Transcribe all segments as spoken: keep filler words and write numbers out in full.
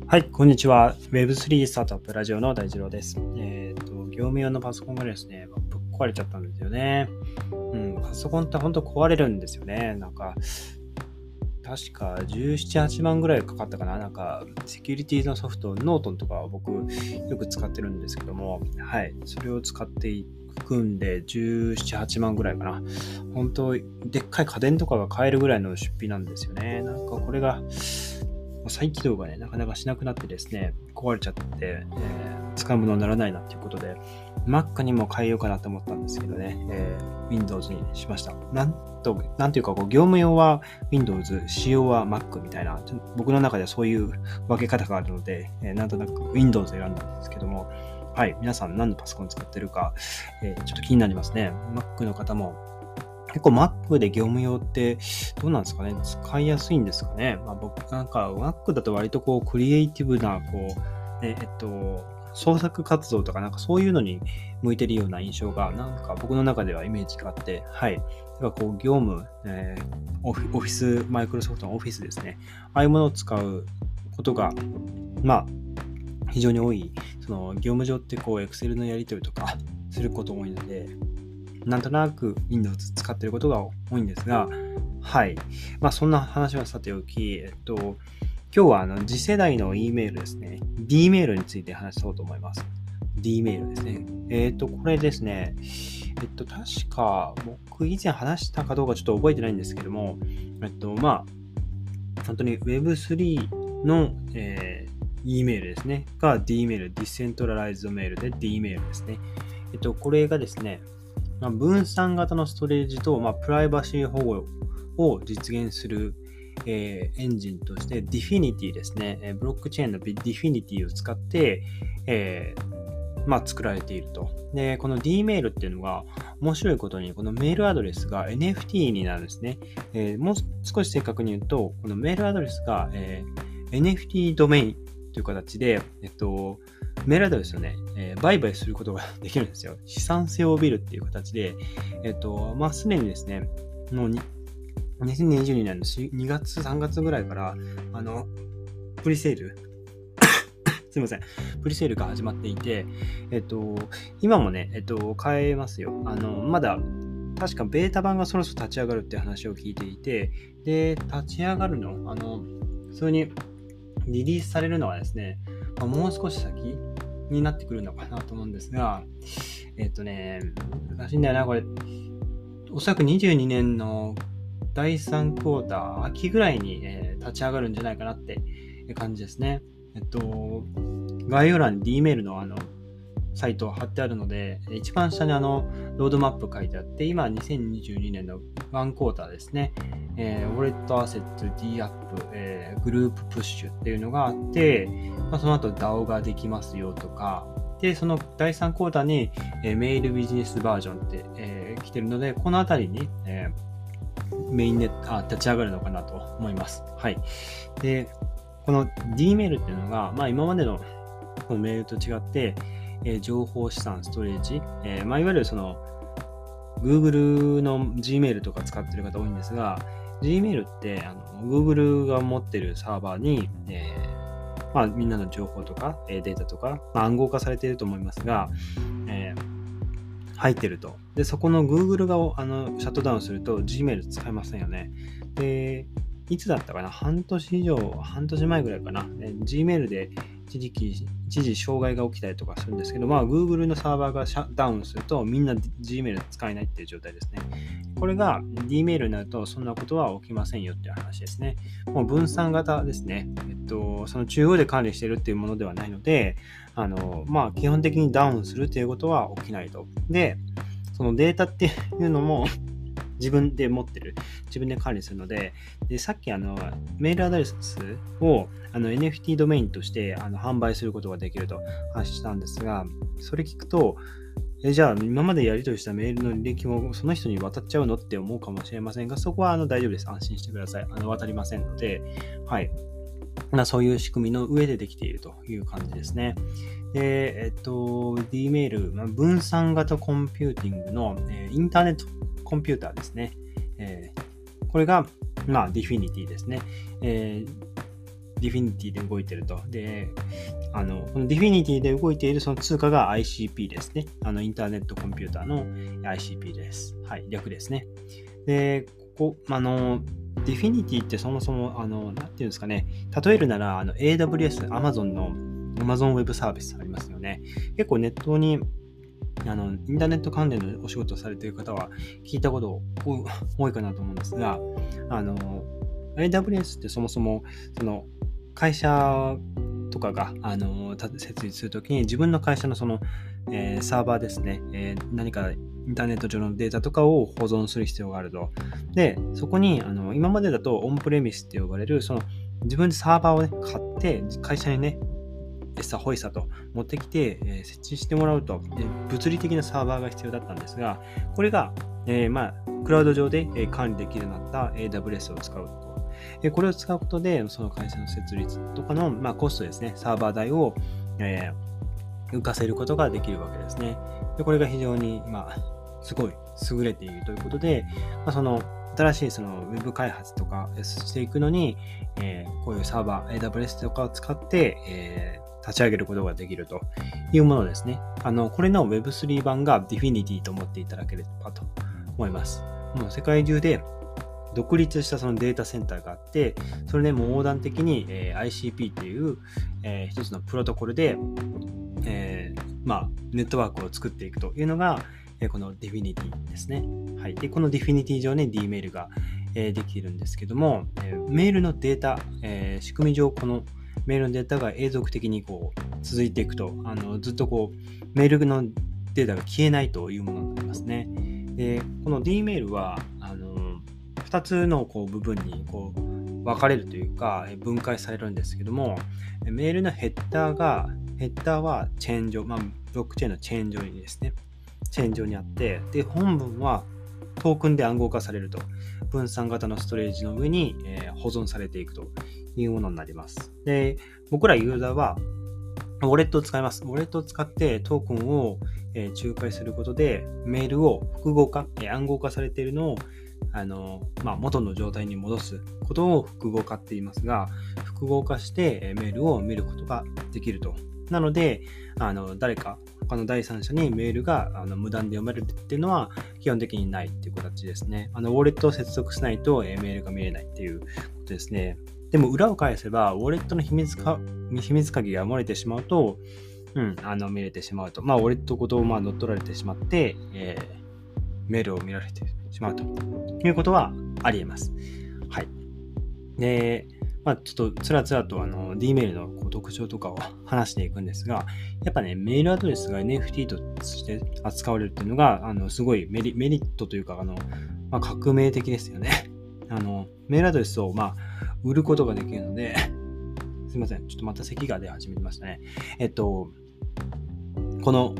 はい、こんにちは。ウェブスリー スタートアップラジオの大二郎です。えっ、と、業務用のパソコンがですね、ぶっ壊れちゃったんですよね。うん、パソコンって本当壊れるんですよね。なんか、確かじゅうなな、はちまんぐらいかかったかな。なんか、セキュリティのソフト、ノートンとか僕よく使ってるんですけども、はい、それを使っていくんでじゅうなな、はちまんぐらいかな。本当、でっかい家電とかが買えるぐらいの出費なんですよね。なんかこれが、再起動がね、なかなかしなくなってですね、壊れちゃって、えー、使うものにならないなっていうことで、Mac にも変えようかなと思ったんですけどね、えー、Windows にしました。なんと、なんていうか、こう業務用は Windows、仕様は Mac みたいな、僕の中ではそういう分け方があるので、えー、なんとなく Windows を選んだんですけども、はい、皆さん何のパソコン使ってるか、えー、ちょっと気になりますね。Mac の方も結構 Mac で業務用ってどうなんですかね、使いやすいんですかね。まあ、僕なんか Mac だと割とこうクリエイティブなこう、ね、えっと創作活動とかなんかそういうのに向いてるような印象がなんか僕の中ではイメージがあって、はい。だからこう業務、えー、オフィス、マイクロソフトのオフィスですね。ああいうものを使うことが、まあ、非常に多い。その業務上ってこう Excel のやり取りとかすること多いので、なんとなく Windows 使ってることが多いんですが、はい。まあそんな話はさておき、えっと、今日はあの次世代の E メールですね。D メールについて話そうと思います。D メールですね。えっと、これですね。えっと、確か僕以前話したかどうかちょっと覚えてないんですけども、えっと、まあ、本当に ウェブスリー の、えー、E メールですね。が D メール、ディセントラライズドメールで D メールですね。えっと、これがですね、まあ、分散型のストレージと、まあ、プライバシー保護を実現する、えー、エンジンとして Dfinity ですね、えー、ブロックチェーンの Dfinity を使って、えーまあ、作られていると。で、この D メールっていうのが面白いことに、このメールアドレスが エヌエフティー になるんですね。えー、もう少し正確に言うと、このメールアドレスが、えー、エヌエフティー ドメインという形で、えっと、メールアドレスをね、えー、売買することができるんですよ。資産性をビルっていう形で、えっと、まあ、すでにですね、もうににせんにじゅうにねんのにがつ、さんがつぐらいから、あの、プリセール、すいません、プリセールが始まっていて、えっと、今もね、えっと、買えますよ。あの、まだ、確かベータ版がそろそろ立ち上がるって話を聞いていて、で、立ち上がるの、あの、普通にリリースされるのはですね、まあ、もう少し先になってくるのかなと思うんですが、えっとね、難しいんだよな、これ。おそらくにじゅうにねんのだいさんクォーター、秋ぐらいに、えー、立ち上がるんじゃないかなって感じですね。えっと、概要欄に D メールのあの、サイト貼ってあるので、一番下にあの、ロードマップ書いてあって、今にせんにじゅうにねんのワンクォーターですね。えー、ウォレットアセット、D アップ、えー、グループプッシュっていうのがあって、まあ、その後 ダオ ができますよとか、で、そのだいさんクォーターに、えー、メールビジネスバージョンって、えー、来てるので、このあたりに、えー、メインであ立ち上がるのかなと思います。はい。で、この D メールっていうのが、まあ今までのこのメールと違って、えー、情報資産、ストレージ、えーまあ、いわゆるその Google の Gmail とか使ってる方多いんですが、Gmail ってあの Google が持ってるサーバーに、えーまあ、みんなの情報とか、えー、データとか、まあ、暗号化されていると思いますが、えー、入ってると。で、そこの Google があのシャットダウンすると Gmail 使えませんよね。で、いつだったかな半年以上、半年前ぐらいかな。えー、Gmail で一時期、一時障害が起きたりとかするんですけど、まあ Google のサーバーがシャットダウンするとみんな Gmail 使えないっていう状態ですね。これが D メールになるとそんなことは起きませんよっていう話ですね。もう分散型ですね。えっと、その中央で管理しているっていうものではないので、あの、まあ基本的にダウンするっていうことは起きないと。で、そのデータっていうのも自分で持ってる。自分で管理するので、でさっきあのメールアドレスをあの エヌエフティー ドメインとしてあの販売することができると話したんですが、それ聞くと、えじゃあ今までやり取りしたメールの履歴もその人に渡っちゃうのって思うかもしれませんが、そこはあの大丈夫です。安心してください。あの渡りませんので、はい。まあ、そういう仕組みの上でできているという感じですね。で、えっと、D メール、まあ、分散型コンピューティングの、えー、インターネットコンピューターですね。えー、これが、まあ、Dfinity ですね。えーディフィニティで動いていると。で、あの、このディフィニティで動いているその通貨が アイシーピー ですね。あの、インターネットコンピューターの アイシーピー です。はい、略ですね。で、ここ、あの、ディフィニティってそもそも、あの、なんていうんですかね、例えるなら、あの、エーダブリューエス、Amazon の Amazon Web サービスありますよね。結構ネットに、あの、インターネット関連のお仕事をされている方は聞いたこと多いかなと思うんですが、あの、エーダブリューエス ってそもそも、その、会社とかが、あの、設立するときに自分の会社のその、えー、サーバーですね、えー、何かインターネット上のデータとかを保存する必要があると。で、そこに、あの、今までだとオンプレミスって呼ばれる、その、自分でサーバーをね、買って、会社にね、エッサホイサと持ってきて、えー、設置してもらうと、えー、物理的なサーバーが必要だったんですが、これが、えー、まあ、クラウド上で、えー、管理できるようになった エーダブリューエス を使うと。えー、これを使うことで、その会社の設立とかの、まあ、コストですね、サーバー代を、えー、浮かせることができるわけですね。で、これが非常に、まあ、すごい優れているということで、まあ、その、新しいそのウェブ開発とかしていくのに、えー、こういうサーバー、エーダブリューエス とかを使って、えー立ち上げることができるというものですね。あの、これの ウェブスリー 版が Dfinity と思っていただければと思います。もう世界中で独立したそのデータセンターがあって、それでも横断的に、えー、アイシーピー っていう、えー、一つのプロトコルで、えー、まあ、ネットワークを作っていくというのが、えー、この Dfinity ですね。はい。で、この Dfinity 上に D メールが、えー、できるんですけども、えー、メールのデータ、えー、仕組み上このメールのデータが永続的にこう続いていくと、あのずっとこうメールのデータが消えないというものになりますね。で、この D メールはあのふたつのこう部分にこう分かれるというか分解されるんですけども、メールのヘッダーがヘッダーはチェーン上、まあ、ブロックチェーンのチェーン上にですね、チェーン上にあって、で本文はトークンで暗号化されると、分散型のストレージの上に、えー、保存されていくというものになります。で、僕らユーザーはウォレットを使います。ウォレットを使ってトークンを、えー、仲介することでメールを複合化、えー、暗号化されているのをあの、まあ、元の状態に戻すことを複合化って言いますが、複合化して、えー、メールを見ることができると。なので、あの誰か他の第三者にメールがあの無断で読まれるっていうのは基本的にないっていう形ですね。あのウォレットを接続しないと、えー、メールが見れないっていうことですね。でも裏を返せば、ウォレットの秘密か秘密鍵が漏れてしまうと、うん、あの見れてしまうと。まあ、ウォレットごとまあ乗っ取られてしまって、えー、メールを見られてしまうということはあり得ます。はい。で、まあ、ちょっとつらつらとあの D メールのこう特徴とかを話していくんですが、やっぱね、メールアドレスが エヌエフティー として扱われるっていうのが、あのすごいメリ、メリットというか、あの、まあ、革命的ですよね。あの、メールアドレスを、まあ、売ることができるので、すいません。ちょっとまた咳が出始めましたね。えっと、この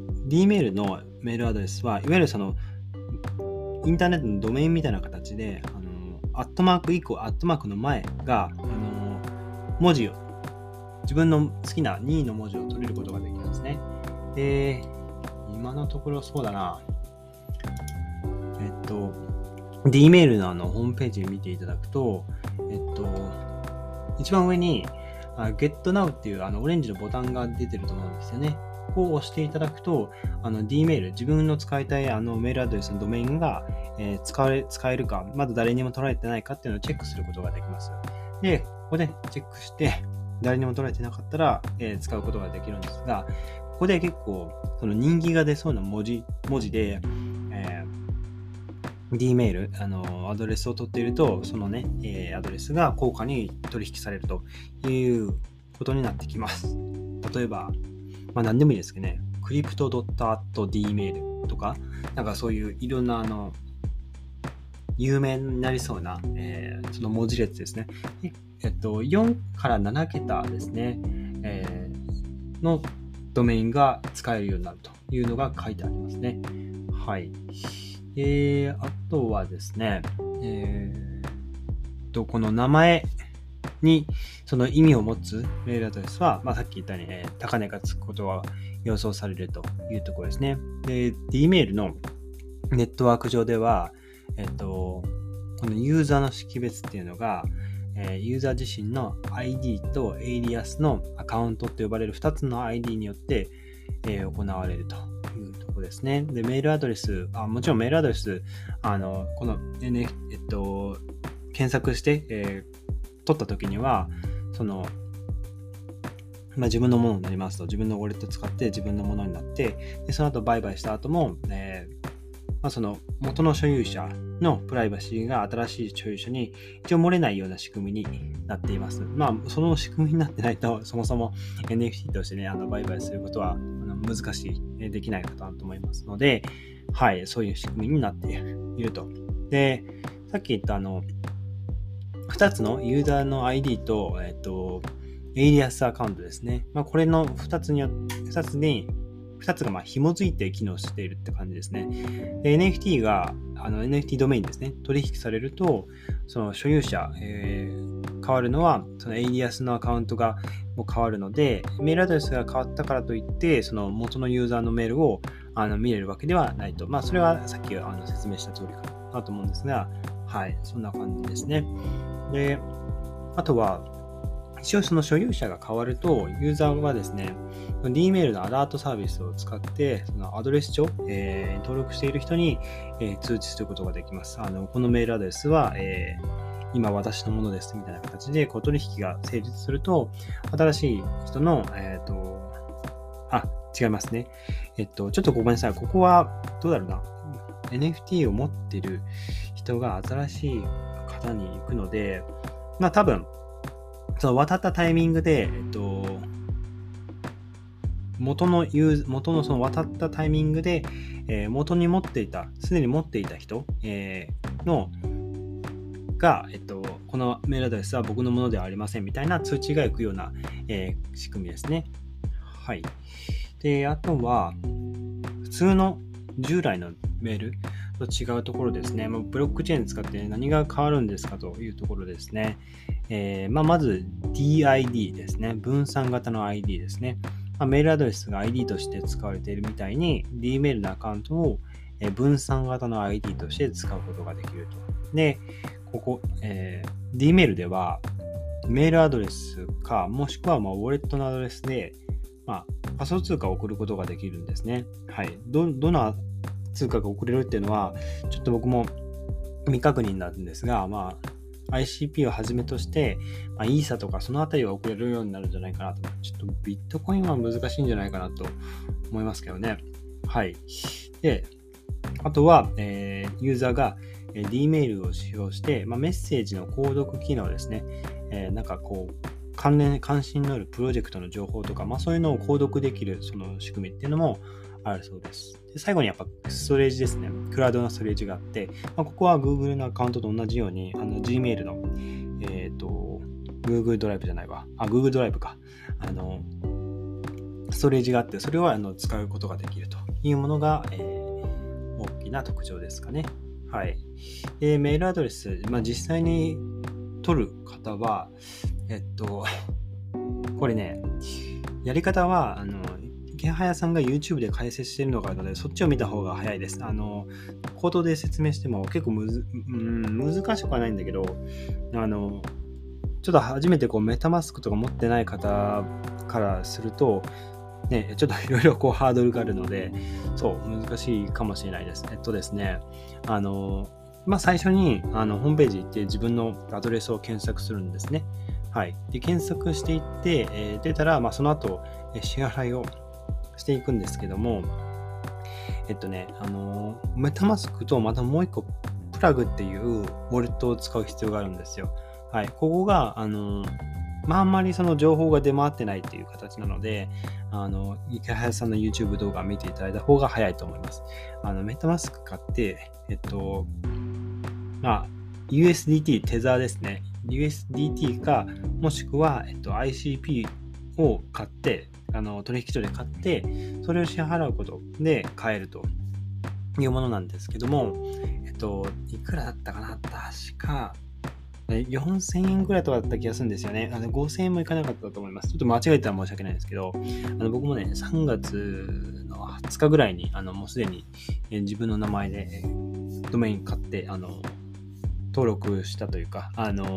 D メールのメールアドレスは、いわゆるその、インターネットのドメインみたいな形で、あの、アットマーク以降、アットマークの前が、あの、文字を、自分の好きなにいの文字を取れることができるんですね。で、今のところそうだな。えっと、D メールのあのホームページを見ていただくと、えっと、一番上に Get Now っていうあのオレンジのボタンが出てると思うんですよね。ここを押していただくと、あの D メール、自分の使いたいあのメールアドレスのドメインが、えー、使え、使えるか、まだ誰にも取られてないかっていうのをチェックすることができます。で、ここでチェックして、誰にも取られてなかったら、えー、使うことができるんですが、ここで結構その人気が出そうな文字、文字で、D メール、あの、アドレスを取っていると、そのね、えー、アドレスが高価に取引されるということになってきます。例えば、まあ何でもいいですけどね、クリプトドットアット D メールとか、なんかそういういろんなあの、有名になりそうな、えー、その文字列ですね。えっと、よんからななけたですね、えー、のドメインが使えるようになるというのが書いてありますね。はい。えー、あとはですね、えー、とこの名前にその意味を持つメールアドレスは、まあ、さっき言ったように、えー、高値がつくことは予想されるというところですね。で、D メールのネットワーク上では、えっと、このユーザーの識別っていうのが、 えー、ユーザー自身の アイディー とエイリアスのアカウントと呼ばれるふたつの アイディー によって、えー、行われるというところですね。で、メールアドレス、あもちろんメールアドレス、あのこの、ねえっと、検索して、えー、取った時には、その、まあ、自分のものになりますと、自分のウォレット使って自分のものになって、でその後売買した後も、えーまあ、その元の所有者のプライバシーが新しい所有者に一応漏れないような仕組みになっています。まあ、その仕組みになってないと、そもそも エヌエフティー としてね、あの売買することはあの難しい、できないことだと思いますので、はい、そういう仕組みになっていると。で、さっき言ったあの、ふたつのユーザーの アイディー と、えっと、エイリアスアカウントですね。まあ、これのふたつに、ふたつに、ふたつがまあ紐づいて機能しているって感じですね。で、エヌエフティー が、あの エヌエフティー ドメインですね、取引されると、その所有者、えー、変わるのは、そのエイリアスのアカウントがもう変わるので、メールアドレスが変わったからといって、その元のユーザーのメールをあの見れるわけではないと。まあ、それはさっきあの説明した通りかなと思うんですが、はい、そんな感じですね。で、あとは、一応その所有者が変わると、ユーザーはですね、D メールのアラートサービスを使って、そのアドレス帳、えー、登録している人に、えー、通知することができます。あのこのメールアドレスは、えー、今私のものですみたいな形でこう取引が成立すると、新しい人の、えっと、あ、違いますね。えっと、ちょっとごめんなさい。ここは、どうだろうな。エヌエフティー を持っている人が新しい方に行くので、まあ多分、その渡ったタイミングで、えっと、元のユー元のその渡ったタイミングで、えー、元に持っていた、すでに持っていた人、えー、のが、えっと、このメールアドレスは僕のものではありませんみたいな通知が行くような、えー、仕組みですね。はい。で、あとは、普通の従来のメールと違うところですね。ブロックチェーン使って何が変わるんですかというところですね。えーまあ、まず ディーアイディー ですね。分散型の アイディー ですね。まあ、メールアドレスが アイディー として使われているみたいに D メールのアカウントを分散型の アイディー として使うことができると。で、ここ、えー、D メールではメールアドレスかもしくはまあウォレットのアドレスで、まあ、仮想通貨を送ることができるんですね。はい。ど、どの通貨が送れるっていうのはちょっと僕も未確認なんですが、まあアイシーピー をはじめとして、まあ、イーサとかそのあたりは送れるようになるんじゃないかなと。ちょっとビットコインは難しいんじゃないかなと思いますけどね。はい。で、あとは、えー、ユーザーが D メールを使用して、まあ、メッセージの購読機能ですね。えー、なんかこう、関連、関心のあるプロジェクトの情報とか、まあそういうのを購読できるその仕組みっていうのもあるそうです。で、最後にやっぱストレージですね。クラウドのストレージがあって、まあ、ここは Google のアカウントと同じように、あの Gmail の、えっと、Google ドライブじゃないわ。あ、Google ドライブか。あの、ストレージがあって、それをあの使うことができるというものが、えー、大きな特徴ですかね。はい。で、メールアドレス、まあ、実際に取る方は、えっと、これね、やり方は、あの、池早さんが YouTube で解説しているのがあるので、そっちを見た方が早いです。あの、口頭で説明しても結構むず、うん、難しくはないんだけど、あの、ちょっと初めてこうメタマスクとか持ってない方からすると、ね、ちょっといろいろこうハードルがあるので、そう、難しいかもしれないです。えっとですね、あの、まあ、最初にあのホームページ行って自分のアドレスを検索するんですね。はい。で、検索していって、えー、出たら、まあ、その後、支払いをしていくんですけども、えっとね、あの、メタマスクとまたもう一個、プラグっていうウォレットを使う必要があるんですよ。はい。ここが、あの、まあ、あんまりその情報が出回ってないっていう形なので、あの、池早さんの YouTube 動画を見ていただいた方が早いと思います。あの、メタマスク買って、えっと、まあ、ユーエスディーティー、テザーですね。ユーエスディーティー か、もしくは、えっと、アイシーピー を買って、あの、取引所で買って、それを支払うことで買えるというものなんですけども、えっと、いくらだったかな、確か、よんせんえんぐらいとかだった気がするんですよね。あのごせんえんもいかなかったと思います。ちょっと間違えたら申し訳ないですけど、あの僕もね、さんがつのはつかぐらいに、あのもうすでに自分の名前でドメイン買って、あの登録したというか、あの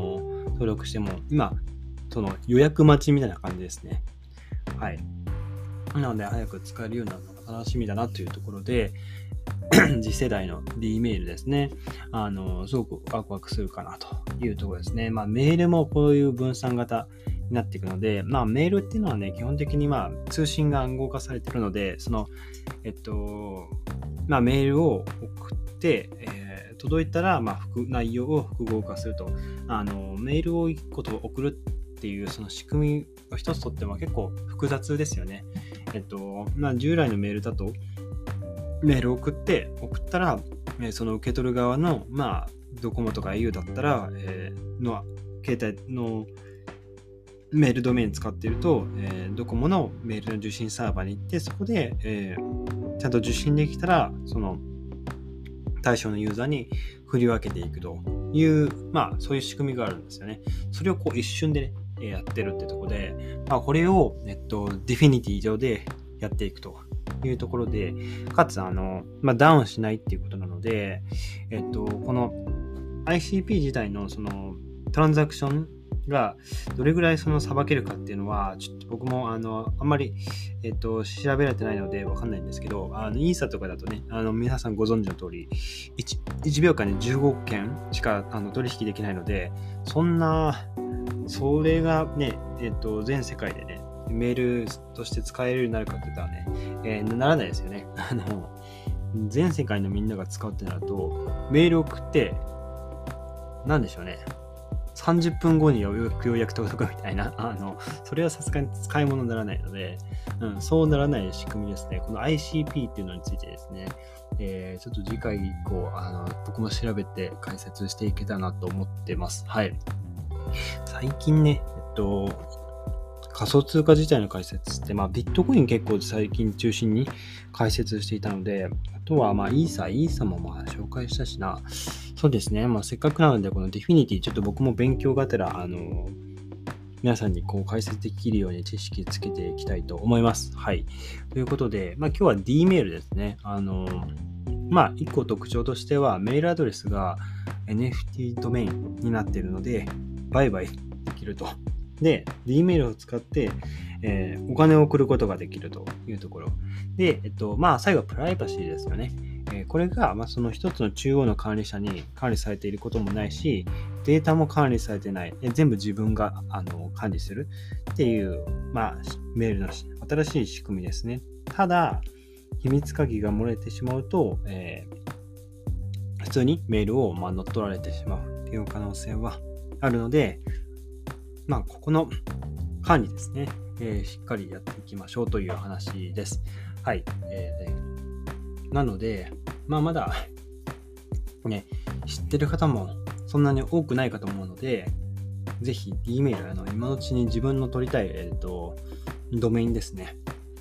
登録しても、今、その予約待ちみたいな感じですね。はい。なので、早く使えるようになるのが楽しみだなというところで、次世代の D メールですね。あの、すごくワクワクするかなというところですね。まあ、メールもこういう分散型になっていくので、まあ、メールっていうのはね、基本的にまあ、通信が暗号化されているので、その、えっと、まあ、メールを送って、えー、届いたら、まあ、内容を複合化すると。あの、メールをいっこと送るっていう、その仕組みが一つとっても結構複雑ですよね。えっと、まあ、従来のメールだと、メールを送って、送ったら、えー、その受け取る側の、まあ、ドコモとか au だったら、えー、の、携帯のメールドメイン使っていると、えー、ドコモのメールの受信サーバーに行って、そこで、えー、ちゃんと受信できたら、その対象のユーザーに振り分けていくという、まあ、そういう仕組みがあるんですよね。それをこう一瞬でね、やってるってところで、まあ、これを、えっと、ディフィニティ上でやっていくというところで、かつ、あの、まあ、ダウンしないっていうことなので、えっと、この アイシーピー 自体のそのトランザクションがどれぐらいそのさばけるかっていうのは、ちょっと僕もあの、あんまり、えっと、調べられてないのでわかんないんですけど、あの、イーサとかだとね、あの、皆さんご存知の通り、1, いちびょうかんにじゅうごけんしかあの取引できないので、そんな、それがね、えっと、全世界でね、メールとして使えるようになるかって言ったらね、えー、ならないですよね。あの、全世界のみんなが使うってなると、メールを送って、なんでしょうね。さんじゅっぷんごにようやくようやく届くみたいな、あの、それはさすがに使い物にならないので、うん、そうならない仕組みですね。この アイシーピー っていうのについてですね、えー、ちょっと次回以降、あの、僕も調べて解説していけたらなと思ってます。はい。最近ね、えっと、仮想通貨自体の解説って、まあ、ビットコイン結構最近中心に解説していたので、あとは、まあ、イーサ、イーサもまあ紹介したしな。そうですね。まあ、せっかくなので、このディフィニティ、ちょっと僕も勉強がてら、あの、皆さんにこう解説できるように知識つけていきたいと思います。はい。ということで、まあ、今日は D メールですね。あの、まあ、一個特徴としては、メールアドレスが エヌエフティー ドメインになっているので、売買できると。で、D メールを使って、えー、お金を送ることができるというところ。で、えっと、まあ、最後はプライバシーですよね。えー、これが、まあ、その一つの中央の管理者に管理されていることもないし、データも管理されてない。え全部自分があの管理するっていう、まあ、メールの新しい仕組みですね。ただ、秘密鍵が漏れてしまうと、えー、普通にメールを、まあ、乗っ取られてしまうっていう可能性はあるので、まあ、ここの管理ですね、えー、しっかりやっていきましょうという話です。はい。えー、なので、まあ、まだ、ね、知ってる方もそんなに多くないかと思うので、ぜひ D メール、あの今のうちに自分の取りたい、えーと、ドメインですね。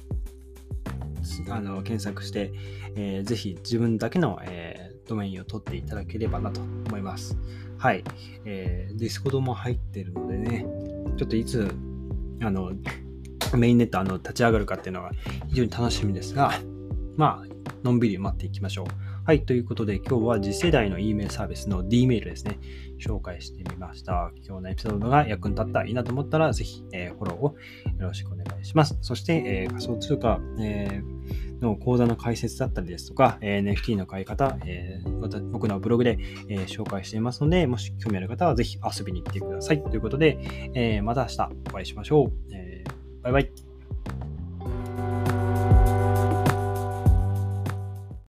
あの検索して、えー、ぜひ自分だけの、えー、ドメインを取っていただければなと思います。はい。えー、ディスコードも入ってるのでね、ちょっといつ、あの、メインネットあの立ち上がるかっていうのが非常に楽しみですが、まあ、のんびり待っていきましょう。はい。ということで、今日は次世代の E メールサービスの D メールですね、紹介してみました。今日のエピソードが役に立ったらいいなと思ったら、ぜひ、えー、フォローをよろしくお願いします。そして、えー、仮想通貨、えー、の口座の開設だったりですとか、エヌエフティー の買い方、えー、僕のブログで、えー、紹介していますので、もし興味ある方はぜひ遊びに来てください。ということで、えー、また明日お会いしましょう。えー、バイバイ。